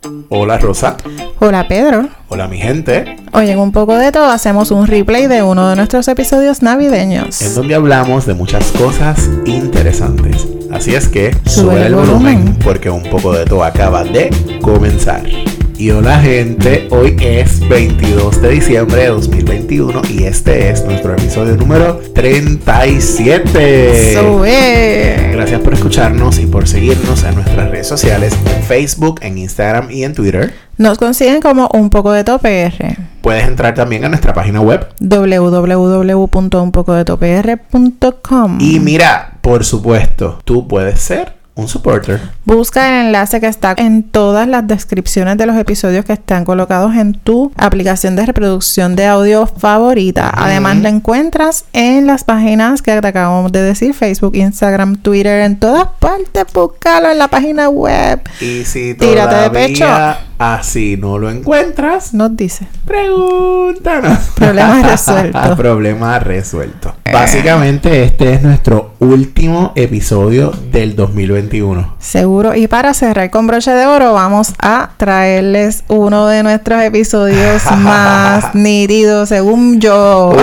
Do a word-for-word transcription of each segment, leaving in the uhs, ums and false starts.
Hola Rosa. Hola Pedro. Hola mi gente. Hoy en Un Poco de Todo hacemos un replay de uno de nuestros episodios navideños, En donde hablamos de muchas cosas interesantes. Así es que Sube sube el el volumen, volumen, porque Un Poco de Todo acaba de comenzar. Y hola gente, hoy es veintidós de diciembre de dos mil veintiuno y este es nuestro episodio número treinta y siete. Sube. Gracias por escucharnos y por seguirnos en nuestras redes sociales, en Facebook, en Instagram y en Twitter. Nos consiguen como Un Poco de Todo P R. Puedes entrar también a nuestra página web. doble u doble u doble u punto un poco de todo p r punto com. Y mira, por supuesto, tú puedes ser un supporter. Busca el enlace que está en todas las descripciones de los episodios que están colocados en tu aplicación de reproducción de audio favorita. Uh-huh. Además, la encuentras en las páginas que te acabamos de decir: Facebook, Instagram, Twitter, en todas partes. Búscalo en la página web. Y si Tírate de todavía pecho. así no lo encuentras, Nos dice. pregúntanos. Problema resuelto. Problema resuelto. Básicamente este es nuestro último episodio del dos mil veintiuno. Seguro. Y para cerrar con broche de oro, vamos a traerles uno de nuestros episodios más nítidos, según yo.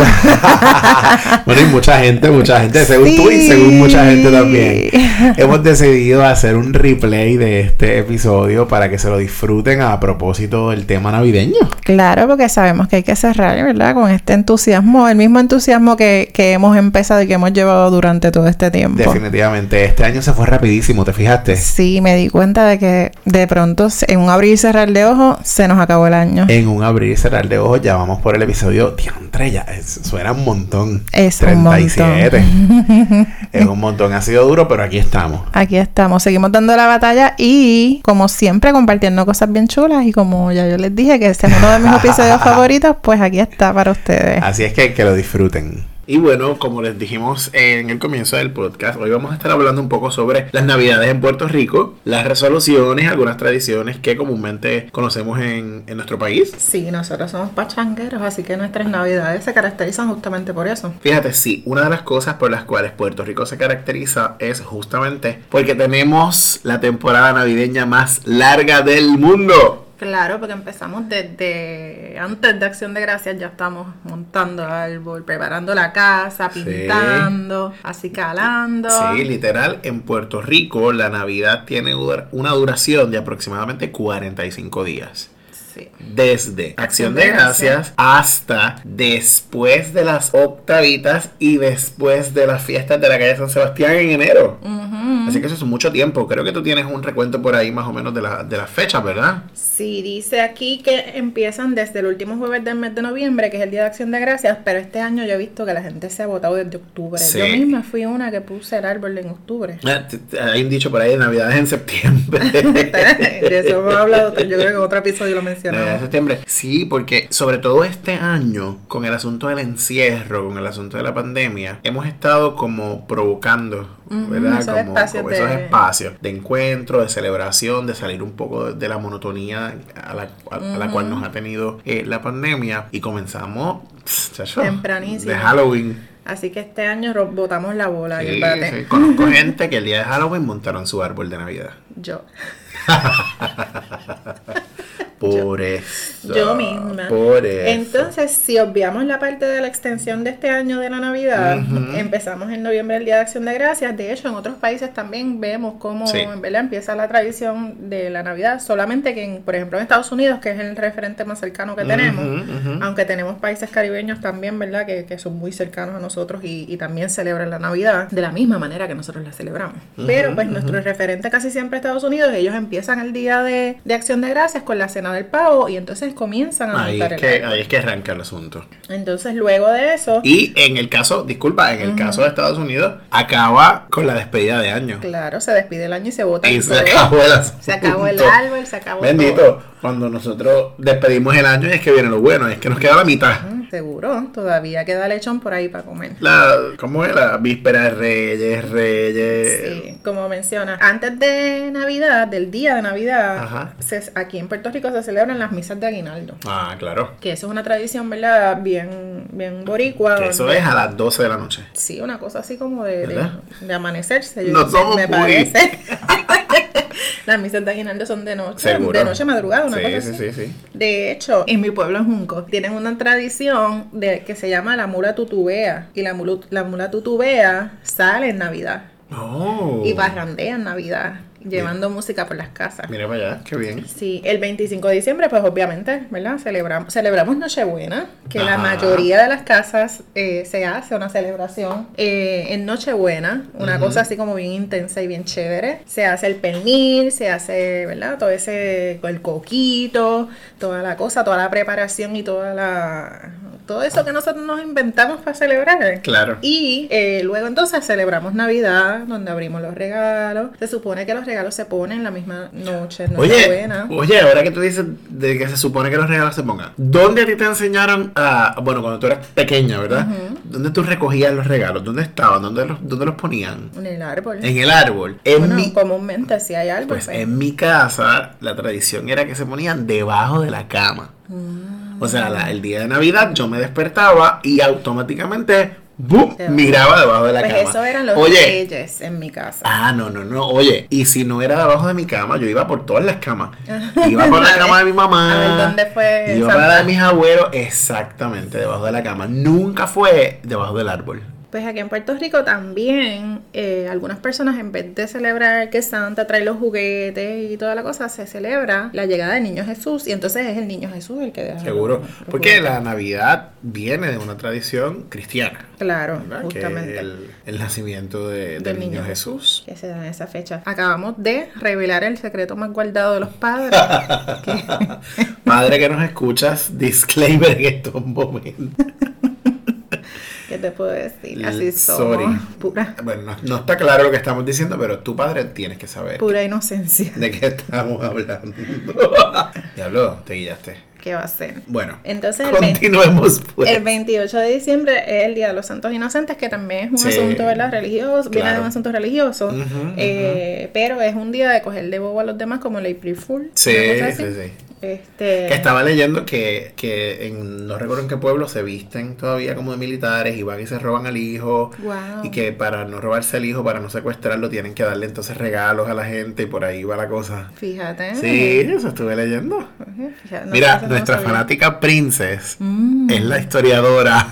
Bueno, y mucha gente, mucha gente, según Sí. tú y según mucha gente también. Hemos decidido hacer un replay de este episodio para que se lo disfruten a propósito del tema navideño. Claro, porque sabemos que hay que cerrar, ¿verdad? Con este entusiasmo, el mismo entusiasmo que, que hemos empezado y que hemos llevado durante todo este tiempo. Definitivamente, este año se fue rapidísimo, ¿te fijaste? Sí, me di cuenta de que de pronto, en un abrir y cerrar de ojos, se nos acabó el año. En un abrir y cerrar de ojos ya vamos por el episodio diantre, ya es, suena un montón. Es treinta y siete. un montón. Es un montón, ha sido duro, pero aquí estamos. Aquí estamos, seguimos dando la batalla y, como siempre, compartiendo cosas bien chulas. Y como ya yo les dije que este es uno de mis episodios favoritos, pues aquí está para ustedes. Así es que que lo disfruten. Y bueno, como les dijimos en el comienzo del podcast, hoy vamos a estar hablando un poco sobre las navidades en Puerto Rico, las resoluciones, algunas tradiciones que comúnmente conocemos en, en nuestro país. Sí, nosotros somos pachangueros, así que nuestras navidades se caracterizan justamente por eso. Fíjate, sí, una de las cosas por las cuales Puerto Rico se caracteriza es justamente porque tenemos la temporada navideña más larga del mundo. Claro, porque empezamos desde antes de Acción de Gracias, ya estamos montando árbol, preparando la casa, pintando, sí. acicalando. Sí, literal, en Puerto Rico la Navidad tiene una duración de aproximadamente cuarenta y cinco días. Sí. Desde Acción de Gracias hasta después de las octavitas y después de las fiestas de la calle San Sebastián en enero. Uh-huh. Así que eso es mucho tiempo. Creo que tú tienes un recuento por ahí más o menos de, la, de las fechas, ¿verdad? Sí, dice aquí que empiezan desde el último jueves del mes de noviembre, que es el Día de Acción de Gracias, pero este año yo he visto que la gente se ha votado desde octubre. Sí. Yo misma fui una que puse el árbol en octubre. Hay un dicho por ahí de Navidades en septiembre. De eso hemos hablado, yo creo que en otro episodio lo mencionamos. De septiembre. Sí, porque sobre todo este año, con el asunto del encierro, con el asunto de la pandemia, hemos estado como provocando, uh-huh, ¿verdad? Esos, como, espacios, como esos de... espacios de encuentro, de celebración, de salir un poco de, de la monotonía a la, a, uh-huh. a la cual nos ha tenido eh, la pandemia, y comenzamos chacho, tempranísimo de Halloween. Así que este año botamos la bola. Sí, sí. Conozco gente que el día de Halloween montaron su árbol de Navidad. Yo. Por yo, eso. Yo misma. Por eso. Entonces, si obviamos la parte de la extensión de este año de la Navidad, uh-huh. empezamos en noviembre el Día de Acción de Gracias. De hecho, en otros países también vemos cómo sí. en verdad empieza la tradición de la Navidad. Solamente que, en, por ejemplo, en Estados Unidos, que es el referente más cercano que uh-huh, tenemos, uh-huh. aunque tenemos países caribeños también, ¿verdad? Que, que son muy cercanos a nosotros y, y también celebran la Navidad de la misma manera que nosotros la celebramos. Uh-huh, Pero, pues, uh-huh. nuestro referente casi siempre es Estados Unidos. Ellos empiezan el Día de, de Acción de Gracias con la cena del pavo y entonces comienzan a ahí montar es que el ahí es que arranca el asunto. Entonces luego de eso, y en el caso, disculpa, en el uh-huh. caso de Estados Unidos acaba con la despedida de año. Claro, se despide el año y se vota y se acabó el asunto. Se acabó el árbol, se acabó bendito todo. Cuando nosotros despedimos el año es que viene lo bueno, es que nos queda la mitad. Uh-huh. Seguro, todavía queda lechón por ahí para comer. La, ¿Cómo es? La víspera de Reyes, Reyes. Sí, como menciona. Antes de Navidad, del día de Navidad, se, aquí en Puerto Rico se celebran las misas de aguinaldo. Ah, claro. Que eso es una tradición, ¿verdad? Bien, bien boricua. Que eso es a las doce de la noche. Sí, una cosa así como de, de, de amanecerse. Yo no somos me muy... parece. Las misas de aguinaldo son de noche, ¿Seguro? de noche madrugada, una sí, cosa sí, así. sí, sí. De hecho, en mi pueblo, en Junco, tienen una tradición de que se llama la mula tutubea. Y la mula, la mula tutubea sale en Navidad. Oh. Y parrandea en Navidad, llevando bien. Música por las casas. Mira para allá, qué bien. Sí, el veinticinco de diciembre, pues obviamente, ¿verdad? Celebramos, celebramos Nochebuena, que Ajá. la mayoría de las casas eh, se hace una celebración eh, en Nochebuena, una uh-huh. cosa así como bien intensa y bien chévere. Se hace el pernil, se hace, ¿verdad? Todo ese, el coquito, toda la cosa, toda la preparación y toda la... todo eso que nosotros nos inventamos para celebrar. Claro. Y eh, luego entonces celebramos Navidad, donde abrimos los regalos. Se supone que los regalos se ponen la misma noche, oye, buena. Oye, ahora que tú dices de que se supone que los regalos se pongan, ¿dónde a ti te enseñaron a, bueno, cuando tú eras pequeña, ¿verdad? Uh-huh. ¿Dónde tú recogías los regalos? ¿Dónde estaban? ¿Dónde los, dónde los ponían? En el árbol. En el árbol. En bueno, mi... comúnmente sí hay árbol. Pues, pues en mi casa la tradición era que se ponían debajo de la cama. Mm. O sea, la, el día de Navidad yo me despertaba y automáticamente ¡bum! Miraba debajo de la pues cama. Pues eso eran los Oye, reyes en mi casa. Ah, no, no, no. Oye, y si no era debajo de mi cama, yo iba por todas las camas. Iba por la cama de mi mamá. A ver, ¿dónde fue? Iba para la de mis abuelos, exactamente, debajo de la cama. Nunca fue debajo del árbol. Pues aquí en Puerto Rico también eh, algunas personas, en vez de celebrar que Santa trae los juguetes y toda la cosa, se celebra la llegada del niño Jesús, y entonces es el niño Jesús el que deja. Seguro, los, los porque juguetes. La Navidad viene de una tradición cristiana. Claro, ¿verdad? justamente. Que el, el nacimiento de, del, del niño, niño Jesús. Que se da en esa fecha. Acabamos de revelar el secreto más guardado de los padres. que... Padre que nos escuchas, disclaimer en estos momentos. ¿Qué te puedo decir? Así Sorry. somos. Pura. Bueno, no, no está claro lo que estamos diciendo, pero tu padre tienes que saber. Pura inocencia. ¿De qué estamos hablando? Diablo, te guillaste. ¿Qué va a ser? Bueno, entonces continuemos pues. El veintiocho de diciembre es el Día de los Santos Inocentes, que también es un sí, asunto, ¿verdad? Religioso, claro. Viene de un asunto religioso, uh-huh, eh, uh-huh. pero es un día de coger de bobo a los demás, como el April Fool. Sí, sí, sí. Este... Que estaba leyendo que, que en, no recuerdo en qué pueblo, se visten todavía como de militares y van y se roban al hijo. Wow. Y que para no robarse al hijo, para no secuestrarlo, tienen que darle entonces regalos a la gente y por ahí va la cosa. Fíjate. Sí, eso estuve leyendo. Fíjate, no, Mira, no nuestra sabía. fanática Princess mm. es la historiadora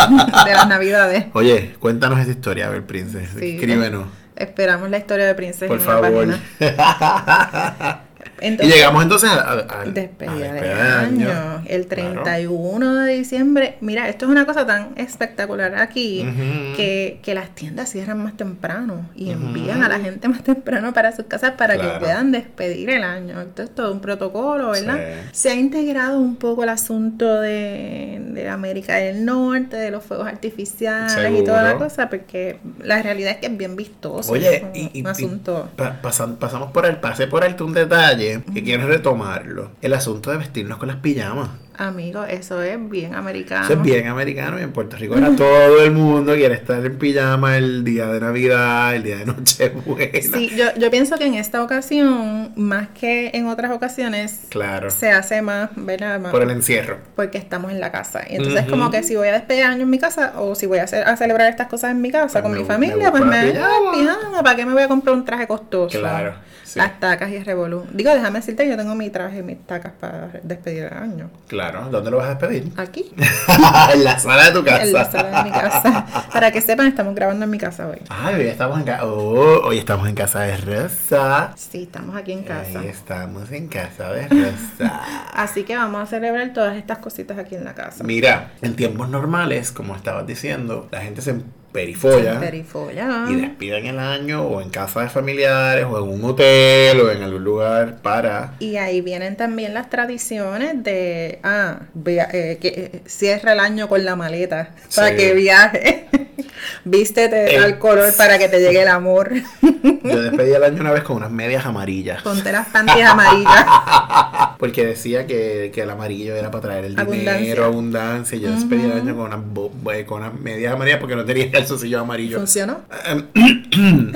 de las Navidades. Oye, cuéntanos esa historia, a ver, Princess. Sí, escríbenos. Esperamos la historia de Princess por en favor. La página. Entonces, y llegamos entonces a, a, a despedida de año, año, el treinta y uno claro. de diciembre. Mira, esto es una cosa tan espectacular aquí, uh-huh. que, que las tiendas cierran más temprano y uh-huh. envían a la gente más temprano para sus casas para claro. que puedan despedir el año. Esto es todo un protocolo, ¿verdad? Sí. Se ha integrado un poco el asunto de, de América del Norte, de los fuegos artificiales ¿seguro? Y toda la cosa, porque la realidad es que es bien vistoso. Oye, un, y, un y, asunto. Y pa- pasan, pasamos por el, pasé por alto un detalle que quiero retomarlo. El asunto de vestirnos con las pijamas. Amigo, eso es bien americano. Eso es bien americano y en Puerto Rico ahora todo el mundo quiere estar en pijama el día de Navidad, el día de Nochebuena. Sí, yo, yo pienso que en esta ocasión, más que en otras ocasiones, claro. se hace más, ¿verdad? Más por el encierro. Porque estamos en la casa. Y entonces uh-huh. como que si voy a despedir año en mi casa o si voy a, hacer, a celebrar estas cosas en mi casa pues con me, mi familia, me pues me voy a pijama. ¿Para qué me voy a comprar un traje costoso? Claro. Sí. Las tacas y el revolú. Digo, déjame decirte que yo tengo mi traje y mis tacas para despedir el año. Claro. ¿Dónde lo vas a despedir? Aquí. En la sala de tu casa. En la sala de mi casa. Para que sepan, estamos grabando en mi casa hoy. Ay, hoy estamos en casa. Oh, hoy estamos en casa de Rosa. Sí, estamos aquí en casa. Hoy estamos en casa de Rosa. Así que vamos a celebrar todas estas cositas aquí en la casa. Mira, en tiempos normales, como estabas diciendo, la gente se perifolla, perifolla y despiden el año o en casa de familiares o en un hotel o en algún lugar para... Y ahí vienen también las tradiciones de, ah, via- eh, que eh, cierra el año con la maleta para sí. que viaje. Vístete de tal color para que te llegue el amor. Yo despedí el año una vez con unas medias amarillas. Ponte las panties amarillas. Porque decía que, que el amarillo era para traer el abundancia. dinero, abundancia. Yo uh-huh. despedí el año con unas, bo- con unas medias amarillas porque no tenía calzoncillo amarillo. ¿Funcionó? Um,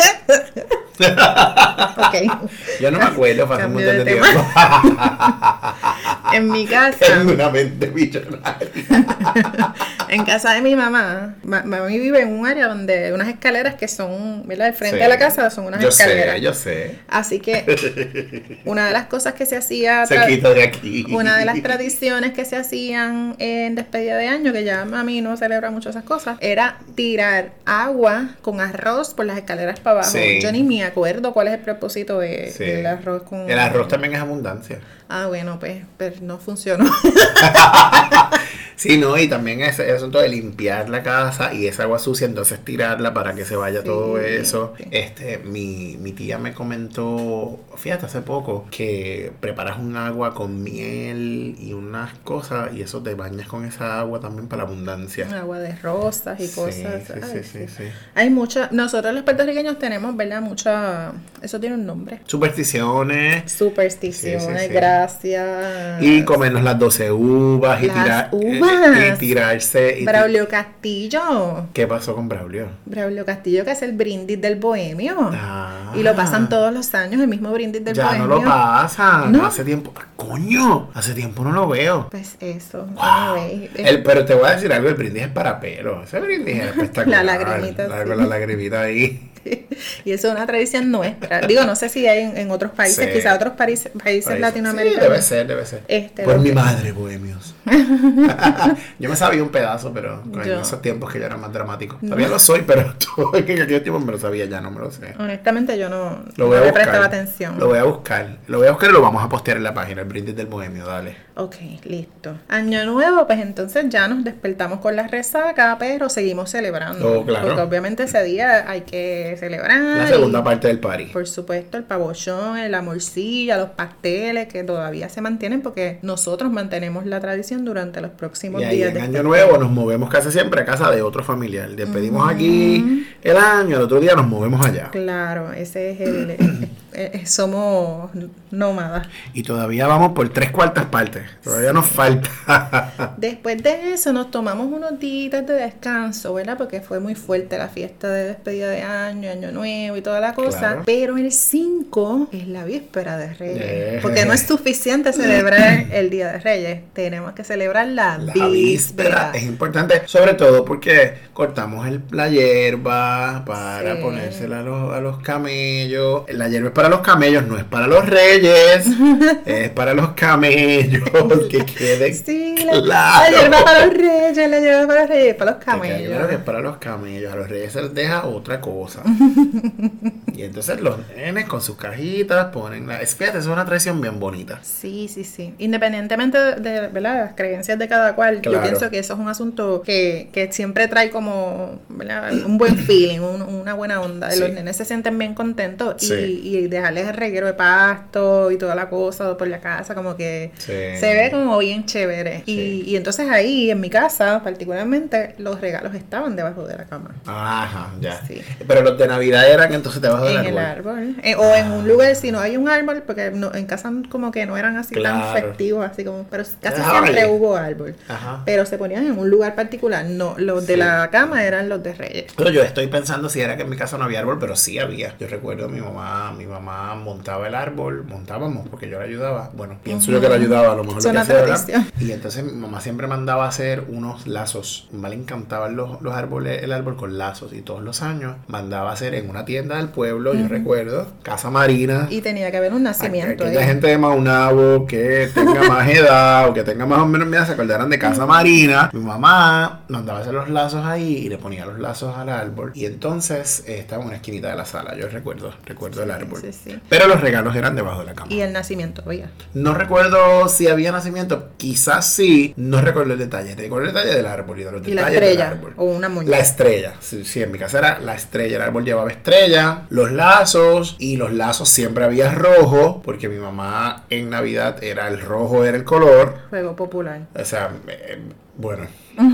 okay. Yo no me acuerdo, fue hace un montón de, de tiempo. En mi casa. Tengo una mente millonaria. En casa de mi mamá, ma- mami vive en un área donde unas escaleras que son, ¿verdad? Al frente Sí. de la casa son unas Yo escaleras. sé, yo sé. Así que una de las cosas que se hacía, Se tra- quita de aquí. una de las tradiciones que se hacían en despedida de año, que ya mami no celebra mucho esas cosas, era tirar agua con arroz por las escaleras para abajo. Sí. Yo ni me acuerdo cuál es el propósito de, Sí. del arroz con... El arroz también es abundancia. Ah, bueno, pues, pero no funcionó. Sí, no, y también ese ese asunto de limpiar la casa y esa agua sucia, entonces tirarla para que se vaya Sí, todo eso. sí. Este, mi, mi tía me comentó, fíjate, hace poco, que preparas un agua con miel y unas cosas y eso te bañas con esa agua también para la abundancia. Agua de rosas y Sí, cosas. sí, Ay, sí, sí, sí. Hay mucha, nosotros los puertorriqueños tenemos, ¿verdad? Mucha, eso tiene un nombre. Supersticiones. Supersticiones, Sí, sí, sí. gracias. Y comernos las doce uvas y, Las tirar, eh, uvas. y tirarse. Y ti- Braulio Castillo. ¿Qué pasó con Braulio? Braulio Castillo, que es el brindis del bohemio. Ah. Y lo pasan todos los años, el mismo brindis del Ya bohemio. no lo pasan. ¿No? Hace tiempo. ¡Coño! Hace tiempo no lo veo. Pues eso. Wow. Anyway, es- El, pero te voy a decir algo, el brindis es para pelo. Ese brindis es espectacular. La lagrimita, La, sí. con la lagrimita ahí. y eso es una tradición nuestra. Digo, no sé si hay en, en otros países, Sí. quizás otros países, países Sí, latinoamericanos. debe ser, debe ser. Este, Por lo mi que- madre, bohemios. Yo me sabía un pedazo, pero en Yo- esos tiempos que yo era más dramático. No. Todavía lo soy, pero todo en aquellos tiempos me lo sabía, ya no me lo sé. Honestamente, yo no, Lo no voy a le buscar. prestaba atención. Lo voy a buscar. Lo voy a buscar y lo vamos a postear en la página, el brindis del bohemio, dale. Ok, listo. Año nuevo, pues entonces ya nos despertamos con la resaca, pero seguimos celebrando. Oh, claro. Porque obviamente ese día hay que celebrar. La y, segunda parte del party. Por supuesto, el pavochón, la morcilla, los pasteles que todavía se mantienen porque nosotros mantenemos la tradición durante los próximos Y ahí días. en de Año este Nuevo nos movemos casi siempre a casa de otro familiar. Despedimos aquí el año, el otro día nos movemos allá. Claro, ese es el... eh, eh, somos nómadas. Y todavía vamos por tres cuartas partes. Todavía nos falta. Después de eso nos tomamos unos días de descanso, ¿verdad? Porque fue muy fuerte la fiesta de despedida de año, año nuevo y toda la cosa. Claro. Pero el cinco es la víspera de Reyes. Eh. Porque no es suficiente celebrar el Día de Reyes. Tenemos que celebrar la, La víspera. víspera es importante, sobre todo porque cortamos el, la hierba para Sí. ponérsela a los, a los camellos. La hierba es para los camellos, no es para los reyes, es para los camellos, que quede Sí, la, claro. la hierba para los reyes, la hierba para los reyes, para los Que quede camellos. claro que es para los camellos, a los reyes se les deja otra cosa. Y entonces los nenes con sus cajitas ponen la... Es, fíjate, es una tradición bien bonita. Sí, sí, sí. Independientemente de, de, ¿verdad? las creencias de cada cual, Claro. yo pienso que eso es un asunto que, que siempre trae como, ¿verdad? un buen feeling, un- una buena onda. Sí. Los nenes se sienten bien contentos y, Sí. y dejarles el reguero de pasto y toda la cosa por la casa, como que Sí. se ve como bien chévere. Sí. Y, y entonces ahí, en mi casa, particularmente, los regalos estaban debajo de la cama. Ajá, ya. Sí. Pero los de Navidad eran entonces debajo del En el árbol. árbol. Eh, o en un lugar, si no hay un árbol, porque no, en casa como que no eran así Claro. tan festivos, así como, pero casi Ah, siempre vale. hubo árbol. Ajá. Pero se ponían en un lugar particular. No, los de Sí. la cama eran los de Reyes. Pero yo estoy pensando si era que en mi casa no había árbol, pero sí había. Yo recuerdo a mi mamá, mi mamá montaba el árbol, montábamos porque yo la ayudaba. Bueno, pienso yo que la ayudaba, a lo mejor Es lo que una hacía era- tradición. Y entonces mi mamá siempre mandaba a hacer unos lazos. A mi mamá le encantaban los, los árboles, el árbol con lazos. Y todos los años mandaba a hacer en una tienda del pueblo, yo recuerdo, Casa Marina. Y tenía que haber un nacimiento. Aquella ahí. gente de Maunabo que tenga más edad o que tenga más o menos edad se acordarán de Casa Marina. Mi mamá mandaba a hacer los lazos ahí y le ponía los lazos al árbol. Y entonces eh, estaba en una esquinita de la sala. Yo recuerdo, recuerdo el árbol. Sí, sí. Pero los regalos eran debajo de la cama. Y el nacimiento, oiga. No recuerdo si había nacimiento, quizás sí. No recuerdo el detalle. Recuerdo el detalle del árbol y de los Y la detalles del estrella. árbol. O una La muñeca. estrella, sí, sí, en mi casa era la estrella, el árbol llevaba estrella, los lazos, y los lazos siempre había rojo, porque mi mamá en Navidad era el rojo, era el color, Juego popular. o sea, eh, bueno,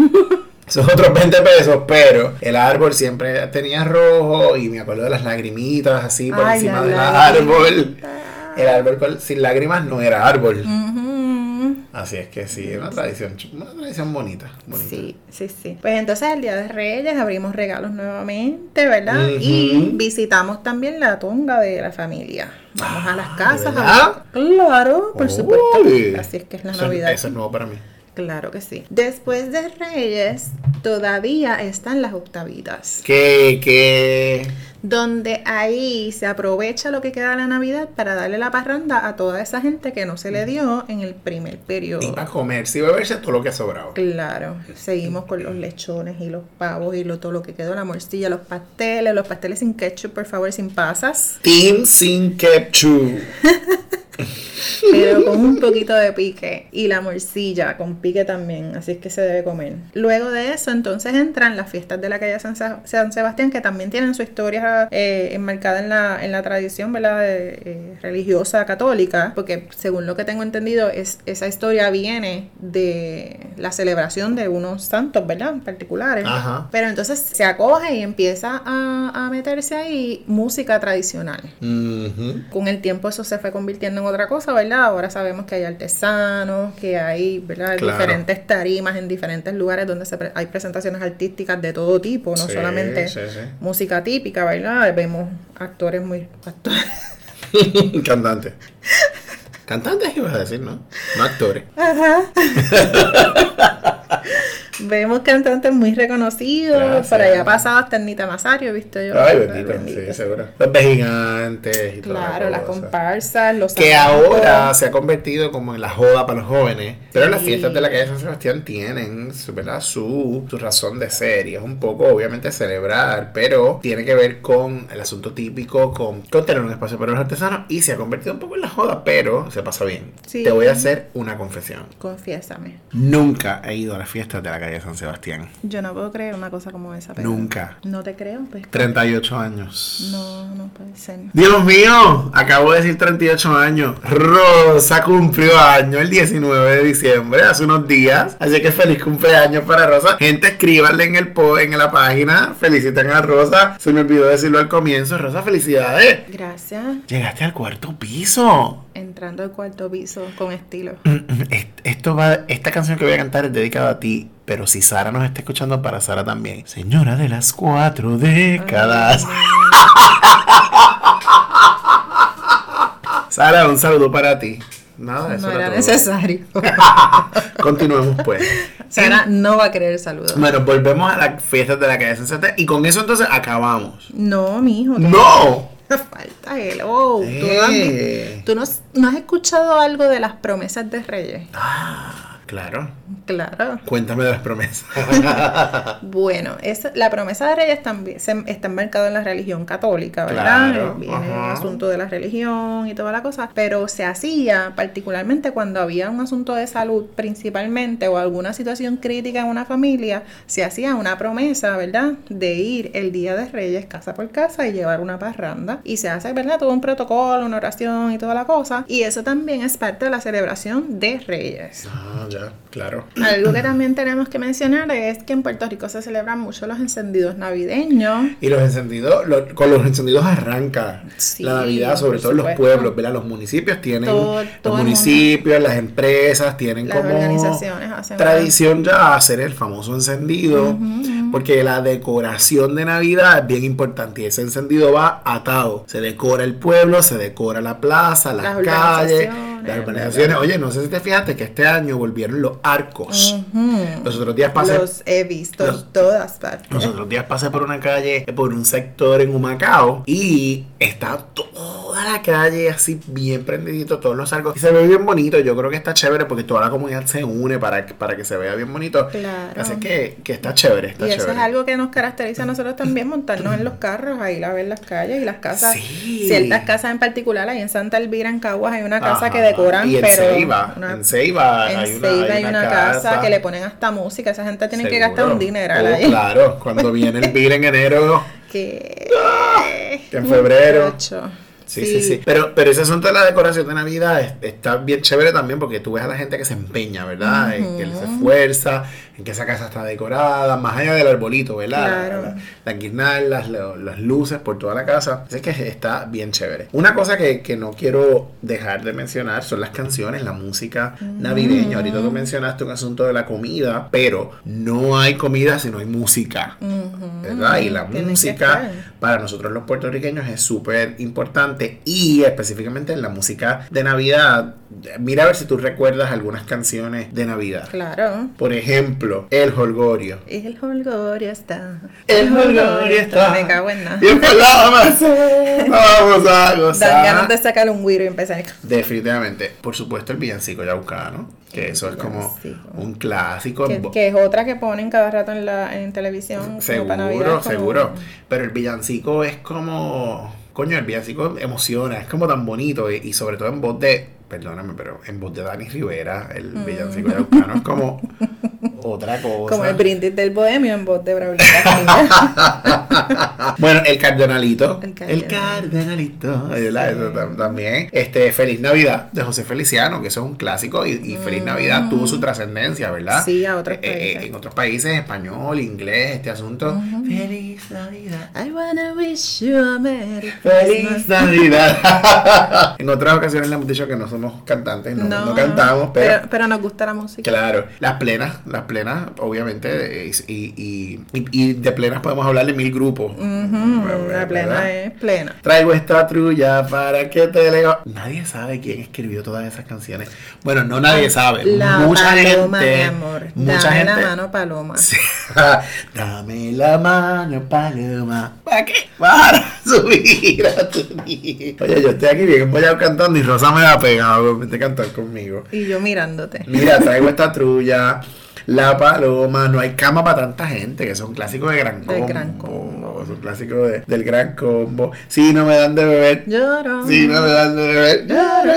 esos otros veinte pesos, pero el árbol siempre tenía rojo, y me acuerdo de las lagrimitas así por Ay, encima la del lagrimita. árbol, el árbol con- sin lágrimas no era árbol. Ujú. Así es que sí, una tradición, una tradición bonita, bonita. Sí, sí, sí. Pues entonces el Día de Reyes abrimos regalos nuevamente, ¿verdad? Ujú. Y visitamos también la tonga de la familia. Vamos a las casas. ¿de verdad? A... Claro, por Uy. supuesto. Así es que es la Eso- Navidad. Eso es nuevo para mí. Claro que sí. Después de Reyes, todavía están las octavitas. ¿Qué? ¿Qué? Donde ahí se aprovecha lo que queda de la Navidad para darle la parranda a toda esa gente que no se le dio en el primer periodo. Y para comerse y beberse todo lo que ha sobrado. Claro, seguimos con los lechones y los pavos y lo, todo lo que quedó, la morcilla, los pasteles, los pasteles sin ketchup, por favor, sin pasas. Team sin ketchup. Pero con un poquito de pique. Y la morcilla con pique también. Así es que se debe comer. Luego de eso, entonces entran las fiestas de la calle San, San Sebastián, que también tienen su historia eh, enmarcada en la, en la tradición, ¿verdad? De, eh, religiosa católica. Porque según lo que tengo entendido, es, esa historia viene de la celebración de unos santos, ¿verdad? Particulares. Ajá. Pero entonces se acoge y empieza a, a meterse ahí música tradicional. Uh-huh. Con el tiempo eso se fue convirtiendo en otra cosa, ¿verdad? Ahora sabemos que hay artesanos, que hay, ¿verdad? Claro. Diferentes tarimas en diferentes lugares donde se pre- hay presentaciones artísticas de todo tipo, no Sí, solamente sí, sí. música típica, ¿verdad? Vemos actores muy... Actores. Cantantes. Cantantes ibas a decir, ¿no? No actores. Ajá. Vemos cantantes muy reconocidos. Gracias. Por allá pasado hasta Ernita Nazario, ¿viste yo? Ay, bendito, sí, seguro. Los vejigantes y todo. Claro, las comparsas, los que zapatos. ahora se ha convertido como en la joda para los jóvenes. Pero Sí. las fiestas de la calle San Sebastián tienen su, ¿verdad? Su, su razón de ser. Y es un poco, obviamente, celebrar. Pero tiene que ver con el asunto típico, con, con tener un espacio para los artesanos. Y se ha convertido un poco en la joda, pero se pasa bien. Sí. Te voy a hacer una confesión. Confiésame. Nunca he ido a las fiestas de la calle San Sebastián. Yo no puedo creer una cosa como esa. Pero Nunca. No te creo, pues. treinta y ocho años. No, no puede ser. Dios mío, acabo de decir treinta y ocho años. Rosa cumplió año el diecinueve de diciembre, hace unos días. Así que feliz cumpleaños para Rosa. Gente, escríbanle en el po en la página. Felicitan a Rosa. Se me olvidó decirlo al comienzo. Rosa, felicidades. Gracias. Llegaste al cuarto piso. Entrando al cuarto piso con estilo. Esto va, esta canción que voy a cantar es dedicada a ti. Pero si Sara nos está escuchando, para Sara también. Señora de las cuatro décadas. Sara, un saludo para ti. Nada, eso No era era todo. necesario. Continuemos pues. Sara no va a querer saludos. Bueno, volvemos a las fiestas de la calle San Sebastián y con eso entonces acabamos. No, mijo. ¡No! Falta el oh. ¿Tú, no has, Eh. tú no, no has escuchado algo de las promesas de Reyes? Ah, claro. Claro. Cuéntame de las promesas. Bueno, es, la promesa de Reyes también se, está enmarcada en la religión católica, ¿verdad? Claro, Viene ajá. el asunto de la religión y toda la cosa, pero se hacía particularmente cuando había un asunto de salud principalmente o alguna situación crítica en una familia, se hacía una promesa, ¿verdad? De ir el día de Reyes casa por casa y llevar una parranda y se hace, ¿verdad? Todo un protocolo, una oración y toda la cosa, y eso también es parte de la celebración de Reyes. Ah, ya, claro. Algo que también tenemos que mencionar es que en Puerto Rico se celebran mucho los encendidos navideños. Y los encendidos, lo- con los encendidos arranca Sí, la Navidad, sobre por todo en los supuesto. pueblos, ¿verdad? Los municipios tienen, Todo- los todo el municipios, las empresas tienen Las como organizaciones hacen tradición ya hacer el famoso encendido, porque la decoración de Navidad es bien importante y ese encendido va atado. Se decora el pueblo, se decora la plaza, las, Las calles, urbanizaciones, las urbanizaciones. ¿verdad? Oye, no sé si te fijaste que este año volvieron los arcos. Ujú. Los otros días pasé... Los he visto Los- en todas partes. Los otros días pasé por una calle, por un sector en Humacao y está toda la calle así bien prendidito, todos los arcos. Y se ve bien bonito, yo creo que está chévere porque toda la comunidad se une para, para que se vea bien bonito. Claro. Así que, que está chévere, está Y eso chévere. es algo que nos caracteriza a nosotros también, montarnos en los carros, a ir a ver las calles y las casas. Sí. Ciertas casas en particular, ahí en Santa Elvira, en Caguas, hay una casa Ajá. que decoran, Y en pero... Ceiba, una- en Ceiba en hay una, Ceiba hay una casa, casa que le ponen hasta música. Esa gente tiene que Seguro. gastar un dineral Oh, ahí. claro, cuando viene el vir en enero, Que... que en febrero. Muchacho. Sí, sí, sí. Pero, pero ese asunto de la decoración de Navidad es- está bien chévere también porque tú ves a la gente que se empeña, ¿verdad? En que se esfuerza, en que esa casa está decorada, más allá del arbolito, ¿verdad? Claro. La- la- Las guirnaldas, lo- las luces por toda la casa. Así que está bien chévere. Una cosa que, que no quiero dejar de mencionar son las canciones, la música navideña. Ahorita tú mencionaste un asunto de la comida, pero no hay comida si no hay música, ¿verdad? Y la Tiene que música estar. para nosotros los puertorriqueños es súper importante. importante. Y específicamente en la música de Navidad, mira a ver si tú recuerdas algunas canciones de Navidad. Claro. Por ejemplo, El Jolgorio. El Jolgorio está. El Jolgorio está. Me cago en nada. Y en la vamos a gozar. Dan ganas de sacar un güiro y empezar. Definitivamente. Por supuesto, el villancico yaucano, que eso es como un clásico. Que, que es otra que ponen cada rato en la en televisión. Seguro, para Navidad, como... seguro. Pero el villancico es como... Coño, el villancico emociona, es como tan bonito. Y, y sobre todo en voz de... Perdóname, pero en voz de Dani Rivera, el mm. villancico yaucano es como otra cosa. Como el brindis del bohemio en voz de Braulio Castillo. Bueno, el cardenalito. El cardenalito. El cardenalito. Eso también. Este, Feliz Navidad de José Feliciano, que eso es un clásico. Y, y Feliz Navidad mm. tuvo su trascendencia, ¿verdad? Sí, a otros eh, países. Eh, en otros países, español, inglés, este asunto. Mm-hmm. Feliz Navidad. I wanna wish you a merry Feliz Navidad. En otras ocasiones le hemos dicho que no somos cantantes, no, no, no cantamos, pero, pero pero nos gusta la música. Claro, las plenas, las plenas, obviamente, y, y, y, y de plenas podemos hablar de mil grupos. Uh-huh, la plena ¿verdad? Es plena. Traigo esta trulla para que te leo. Nadie sabe quién escribió todas esas canciones. Bueno, no nadie sabe. La mucha paloma, gente, mi amor. Mucha Dame gente, la mano, paloma. Sí. Dame la mano, paloma. ¿Para qué? Para subir a tu niño. Oye, yo estoy aquí bien voy a cantando y Rosa me ha pegado. Vete a cantar conmigo. Y yo mirándote. Mira, traigo esta trulla. La paloma, no hay cama para tanta gente, que son clásicos de Gran Combo. Del Gran Combo. Son clásicos de, del Gran Combo. Si no me dan de beber. Lloro. Si no me dan de beber. Lloro.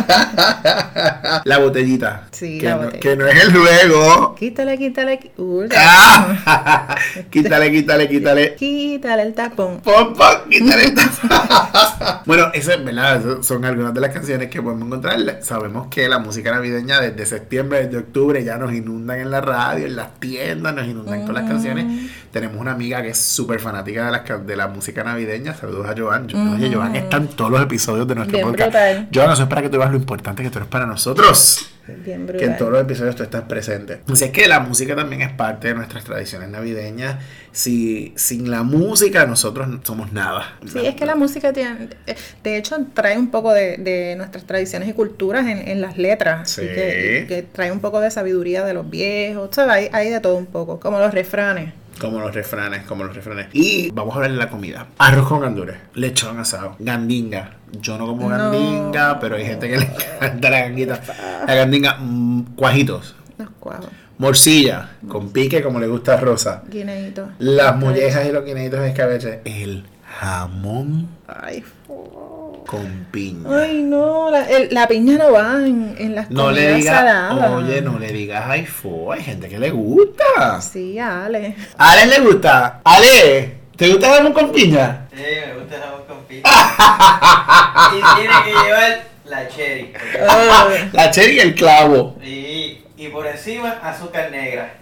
La botellita. Sí, que la no, botella. Que no es el juego. Quítale, quítale. Uh, Ah, quítale, quítale, quítale. Quítale el tapón. Pom, pom, quítale el tapón. Bueno, eso es verdad. Eso son algunas de las canciones que podemos encontrar. Sabemos que la música navideña desde septiembre, desde octubre ya nos inundan en la radio, en las tiendas, nos inundan mm. con las canciones. Tenemos una amiga que es súper fanática de la, de la música navideña. Saludos a Joan. Mm. Oye, Joan está en todos los episodios de nuestro Bien podcast. Brutal. Joan, eso es para que tú veas lo importante que tú eres para nosotros. Bien brutal. Que en todos los episodios tú estás presente. Entonces es que la música también es parte de nuestras tradiciones navideñas. Si, sin la música nosotros no somos nada. Sí, la, es que la música tiene, de hecho trae un poco de, de nuestras tradiciones y culturas en, en las letras. Sí. Y que, y que trae un poco de sabiduría de los viejos. O sea, hay, hay de todo un poco, como los refranes. Como los refranes, como los refranes. Y vamos a hablar de la comida. Arroz con gandules, lechón asado, gandinga. Yo no como no. gandinga, pero hay gente que le encanta la ganguita. La gandinga, mmm, cuajitos. Los cuajos. Morcilla, con pique como le gusta a Rosa. Guineíto. Las mollejas y los guineitos de escabeche. El jamón. Ay, con piña. Ay, no, la, el, la piña no va en, en las no comidas le digas, saladas. Oye, no le digas ay, fo, hay gente que le gusta. Sí, a Ale. ¿A Ale le gusta? Ale, ¿te gusta el jamón con piña? Sí, me gusta el jamón con piña. Y tiene que llevar la cherry. Oh. La cherry y el clavo. Y, y por encima azúcar negra.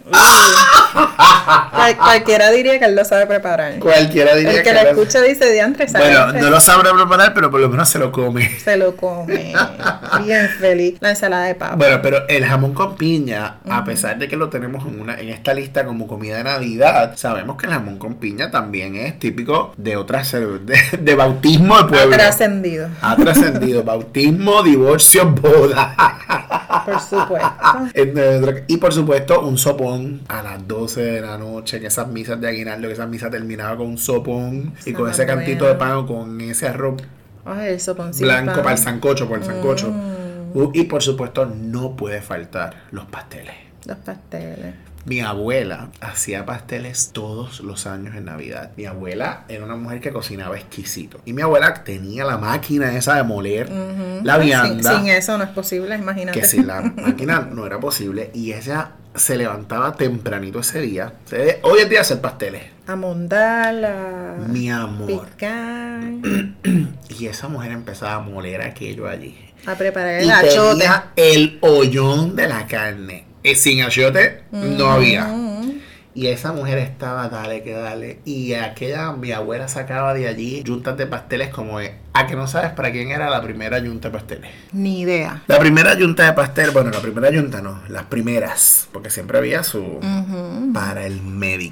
Cual, cualquiera diría que él lo sabe preparar. Cualquiera diría el que, que lo escucha dice diantre sabe. Bueno, no lo sabe preparar, pero por lo menos se lo come. Se lo come. Bien feliz. La ensalada de papa. Bueno, pero el jamón con piña, uh-huh. a pesar de que lo tenemos en una en esta lista como comida de Navidad, sabemos que el jamón con piña también es típico de otras de, de bautismo de pueblo. Ha trascendido. Ha trascendido. Bautismo, divorcio, boda. Por supuesto. Y por supuesto, un sopón a las doce de la noche, que esas misas de aguinaldo, que esa misa terminaba con un sopón y con ese cantito de pan o con ese arroz Ay, el soponcito blanco pan. para el sancocho, por el sancocho. Mm. Uh, y por supuesto, no puede faltar los pasteles. Los pasteles. Mi abuela hacía pasteles todos los años en Navidad. Mi abuela era una mujer que cocinaba exquisito. Y mi abuela tenía la máquina esa de moler uh-huh. la vianda. Sin, sin eso no es posible, imagínate. Que si la máquina no era posible. Y ella se levantaba tempranito ese día. Hoy es día de hacer pasteles. A mondarla. Mi amor. Picar. Y esa mujer empezaba a moler aquello allí. A preparar el y achote. Tenía el hoyón de la carne. Eh, sin achiote mm. no había. Y esa mujer estaba dale que dale. Y aquella, mi abuela sacaba de allí yuntas de pasteles como es. ¿A que no sabes para quién era la primera yunta de pasteles? Ni idea. La primera yunta de pastel, bueno, la primera yunta no, las primeras. Porque siempre había su... Uh-huh. Para el médico.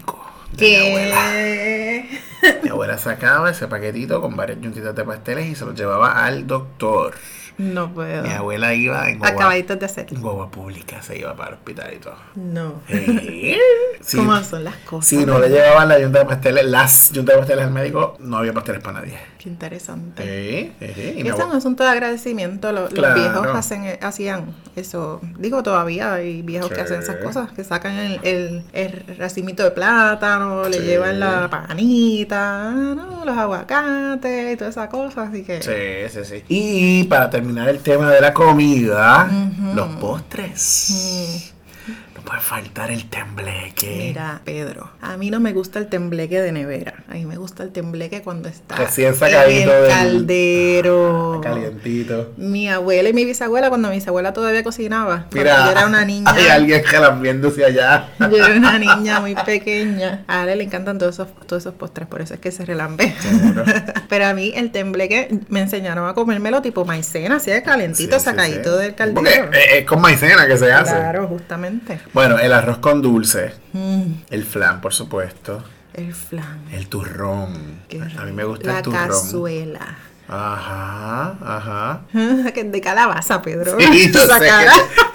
de mi abuela. Mi abuela sacaba ese paquetito con varias yuntitas de pasteles y se los llevaba al doctor. No puedo. Mi abuela iba en guagua, acabaditos de hacer. En guagua pública, se iba para el hospital y todo. No. ¿Eh? Sí. ¿Cómo son las cosas? Si no le llevaban la yunta de pasteles, las yuntas de pasteles al médico, no había pasteles para nadie. Qué interesante. ¿Eh? ¿Eh? Y ese es un asunto de agradecimiento. Los, claro. los viejos hacen, hacían eso. Digo, todavía hay viejos sí. que hacen esas cosas. Que sacan el, el, el racimito de plátano, sí. le llevan la panita, ¿no? Los aguacates y todas esas cosas. Así que... Sí, sí, sí. Y para terminar el tema de la comida, uh-huh. los postres. Uh-huh. No puede faltar el tembleque. Mira, Pedro, a mí no me gusta el tembleque de nevera. A mí me gusta el tembleque cuando está recién sacadito en el del caldero. Ah, calientito. Mi abuela y mi bisabuela, cuando mi bisabuela todavía cocinaba. Mira, yo era una niña. Hay alguien jalambiéndose allá. Yo era una niña muy pequeña. A Ale le encantan todos esos, todos esos postres, por eso es que se relambe. Pero a mí el tembleque me enseñaron a comérmelo tipo maicena, así de calentito, sí, sacadito sí, sí. del caldero. Porque es con maicena que se hace. Claro, justamente. Bueno, el arroz con dulce, mm. el flan, por supuesto. El flan. El turrón. Qué a mí me gusta la el turrón. La cazuela. Ajá, ajá. Que es de calabaza, Pedro. Sí, yo, sé que...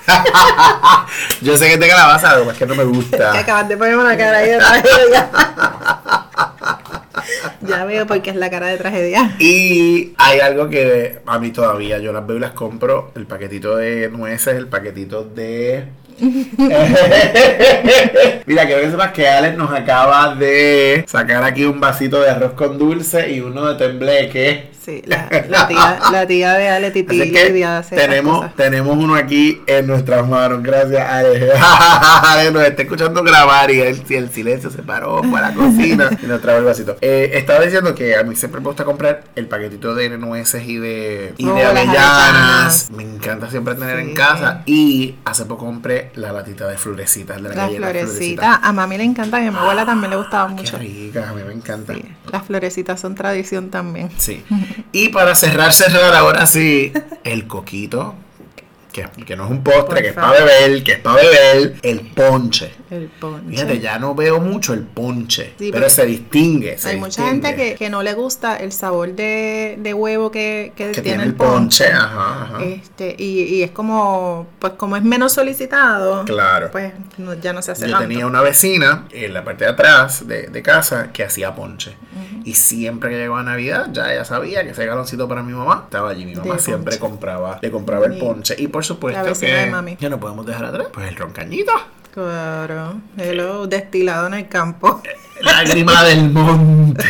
yo sé que es de calabaza, pero es que no me gusta. Que acabas de ponerme una cara ahí de tragedia. Ya veo por qué es la cara de tragedia. Y hay algo que a mí todavía, yo las veo y las compro, el paquetito de nueces, el paquetito de... Mira, quiero que sepas que Alex nos acaba de sacar aquí un vasito de arroz con dulce y uno de tembleque. Sí, la, la, tía, la tía de Ale Titi Así que tenemos, tenemos uno aquí en nuestras manos. Gracias, Alex. Alex nos está escuchando grabar y el, el silencio se paró para la cocina y nos trae el vasito. Eh, estaba diciendo que a mí siempre me gusta comprar el paquetito de nueces y de, y oh, de avellanas. Me encanta siempre tener sí. en casa. Y hace poco compré la latita de florecitas de la, la galleta florecita. Florecita. A mami le encanta y a mi abuela también le gustaba mucho. Qué rica, a mí me encanta. Sí. Las florecitas son tradición también. Sí. Y para cerrar, cerrar ahora sí, el coquito, que, que no es un postre, Por que favor. es para beber, que es para beber, el ponche. El ponche. Fíjate, ya no veo mucho el ponche, sí, pero se distingue. Se hay distingue. mucha gente que, que no le gusta el sabor de, de huevo que, que, que tiene, tiene el ponche. ponche. Ajá, ajá. Este, y, y es como, pues como es menos solicitado, claro. pues no, ya no se hace Yo tanto. tenía una vecina en la parte de atrás de, de casa que hacía ponche. Uh-huh. Y siempre que llegaba Navidad, ya ella sabía que ese galoncito para mi mamá estaba allí. Mi mamá de siempre ponche. compraba, le compraba el ponche. Y por supuesto que mami. ya no podemos dejar atrás, pues el roncañito. Claro, hello, destilado en el campo. Lágrima del monte.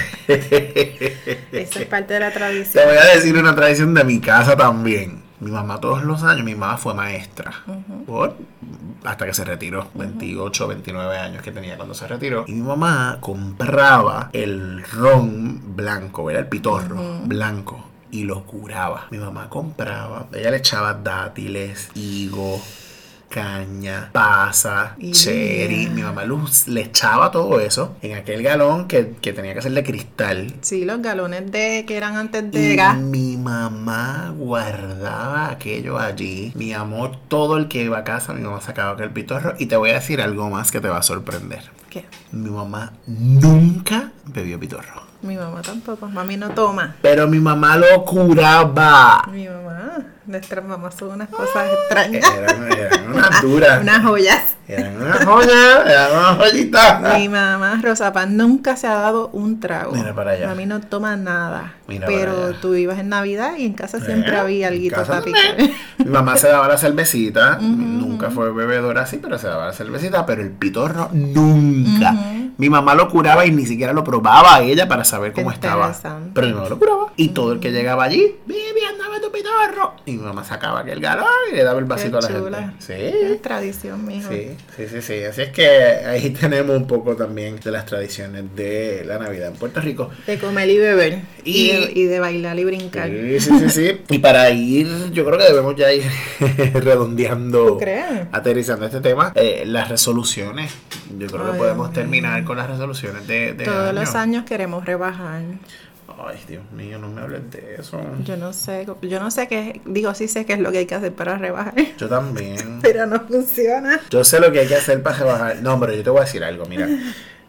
Esa es parte de la tradición. Te voy a decir una tradición de mi casa también. Mi mamá todos los años, mi mamá fue maestra. Uh-huh. Por, hasta que se retiró. Uh-huh. veintiocho, veintinueve años que tenía cuando se retiró. Y mi mamá compraba el ron blanco, era el pitorro uh-huh. blanco. Y lo curaba. Mi mamá compraba, ella le echaba dátiles, higo, caña, pasa, yeah. cherry. Mi mamá luz, le echaba todo eso en aquel galón que, que tenía que ser de cristal. Sí, los galones de que eran antes de y gas. Mi mamá guardaba aquello allí. Mi amor, todo el que iba a casa, mi mamá sacaba aquel pitorro. Y te voy a decir algo más que te va a sorprender. ¿Qué? Mi mamá nunca bebió pitorro. Mi mamá tampoco, mami no toma. Pero mi mamá lo curaba. Mi mamá, nuestras mamás son unas cosas extrañas. Eran, eran unas duras. Unas joyas. Eran unas joyas, eran unas joyitas. Mi mamá, Rosa Paz, nunca se ha dado un trago. Mira para allá. Mami no toma nada. Mira pero tú ibas en Navidad y en casa siempre eh, había alguito para picar. Mi mamá se daba la cervecita. Uh-huh. Nunca fue bebedora así, pero se daba la cervecita. Pero el pitorro nunca. Uh-huh. Mi mamá lo curaba y ni siquiera lo probaba a ella para saber cómo estaba. Pero mi mamá lo curaba. Y uh-huh. todo el que llegaba allí, Vivi, andaba tu pitorro. Y mi mamá sacaba aquel galón y le daba el vasito Qué a la chula. gente. Sí. Es tradición, mijo. Sí, sí, sí, sí. Así es que ahí tenemos un poco también de las tradiciones de la Navidad en Puerto Rico. De comer y beber. Y, y, de, y de bailar y brincar. Sí, sí, sí, sí. Y para ir, yo creo que debemos ya ir redondeando, ¿tú crees? Aterrizando este tema, eh, las resoluciones. Yo creo Ay, que podemos Dios terminar mío. con las resoluciones de, de Todos año. los años queremos rebajar. Ay, Dios mío, no me hables de eso. Yo no sé, yo no sé qué, digo, sí sé qué es lo que hay que hacer para rebajar. Yo también. Pero no funciona. Yo sé lo que hay que hacer para rebajar. No, pero yo te voy a decir algo, mira.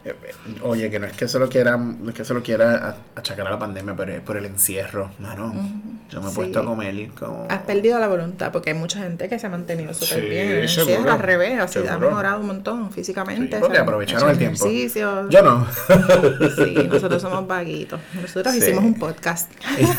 Eh, Oye, que no es que se lo quiera, no es que se lo quiera achacar a la pandemia, pero es por el encierro, mano. Uh-huh. Yo me he sí. puesto a comer como... Has perdido la voluntad, porque hay mucha gente que se ha mantenido súper sí, bien. El encierro al revés, así ha mejorado un montón físicamente. Sí, porque aprovecharon el tiempo. Ejercicio. Yo no. Sí, nosotros somos vaguitos. Nosotros sí. hicimos un podcast.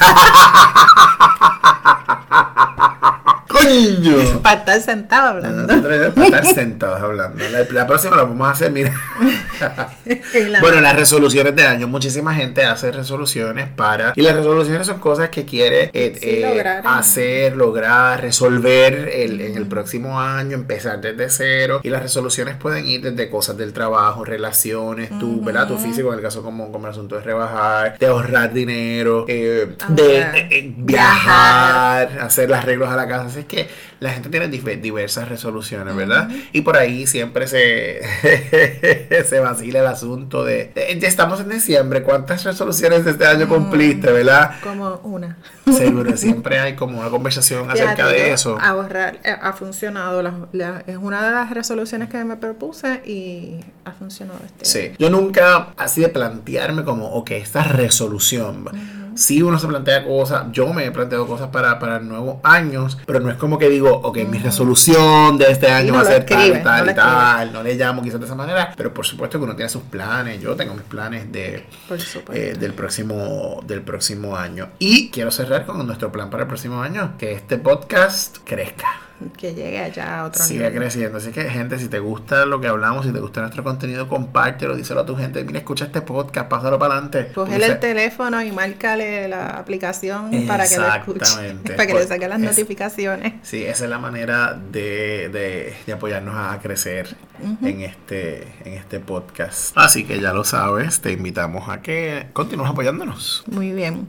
¡Coño! Para estar sentado hablando. Nosotros para estar sentados hablando. La, la próxima la vamos a hacer, mira. Bueno, las resoluciones de año. Muchísima gente hace resoluciones para... Y las resoluciones son cosas que quiere eh, sí, eh, lograr, hacer, lograr, resolver el, en el próximo año, empezar desde cero. Y las resoluciones pueden ir desde cosas del trabajo, relaciones, uh-huh. tu, ¿verdad? Tu físico, en el caso como, como el asunto de rebajar, de ahorrar dinero, eh, uh-huh. de eh, viajar, viajar, hacer los arreglos a la casa. Así es que la gente tiene diversas resoluciones, ¿verdad? Uh-huh. Y por ahí siempre se se vacila el asunto de, de ya estamos en diciembre, ¿cuántas resoluciones de este año cumpliste, verdad? Como una. Seguro, siempre hay como una conversación acerca Fíjate, de eso. Ahorrar eh, ha funcionado, la, la, es una de las resoluciones que me propuse y ha funcionado este Sí, año. Yo nunca así de plantearme como, ok, esta resolución... Uh-huh. Si uno se plantea cosas, yo me he planteado cosas para, para nuevos años, pero no es como que digo, ok, mm. mi resolución de este año no va a ser escribe, tal y tal no y tal, no le llamo quizás de esa manera, pero por supuesto que uno tiene sus planes, yo tengo mis planes de eh, del próximo del próximo año. Y quiero cerrar con nuestro plan para el próximo año, que este podcast crezca. Que llegue allá a otro Siga nivel. creciendo. Así que, gente, si te gusta lo que hablamos, si te gusta nuestro contenido, compártelo, díselo a tu gente. Mira, escucha este podcast, pásalo para adelante. Cógele el teléfono y márcale la aplicación para que lo escuche. Para que pues, le saquen las es, notificaciones. Sí, esa es la manera de, de, de apoyarnos a crecer uh-huh. en este en este podcast. Así que ya lo sabes, te invitamos a que continúes apoyándonos. Muy bien.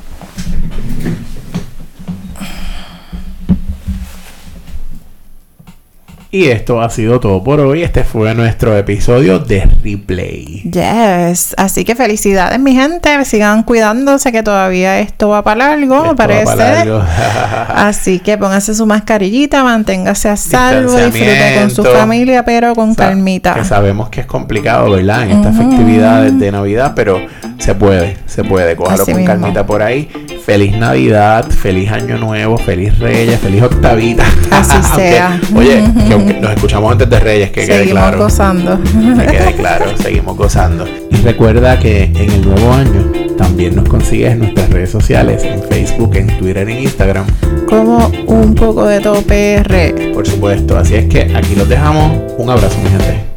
Y esto ha sido todo por hoy. Este fue nuestro episodio de Replay. Yes. Así que felicidades, mi gente. Sigan cuidándose, que todavía esto va para largo, esto parece. Va para largo. Así que póngase su mascarillita, manténgase a salvo, disfrute con su familia, pero con Sa- calmita. Que sabemos que es complicado, ¿verdad? En estas uh-huh. festividades de Navidad, pero se puede, se puede. Cójalo Así con mismo. calmita por ahí. Feliz Navidad, feliz Año Nuevo, feliz Reyes, feliz Octavita. Así sea. Aunque, oye, uh-huh. que aunque nos escuchamos antes de Reyes, que seguimos quede claro. Gozando. Que quede claro, seguimos gozando. Y recuerda que en el nuevo año también nos consigues en nuestras redes sociales, en Facebook, en Twitter, en Instagram. Como un poco de todo P R. Por supuesto, así es que aquí los dejamos. Un abrazo, mi gente.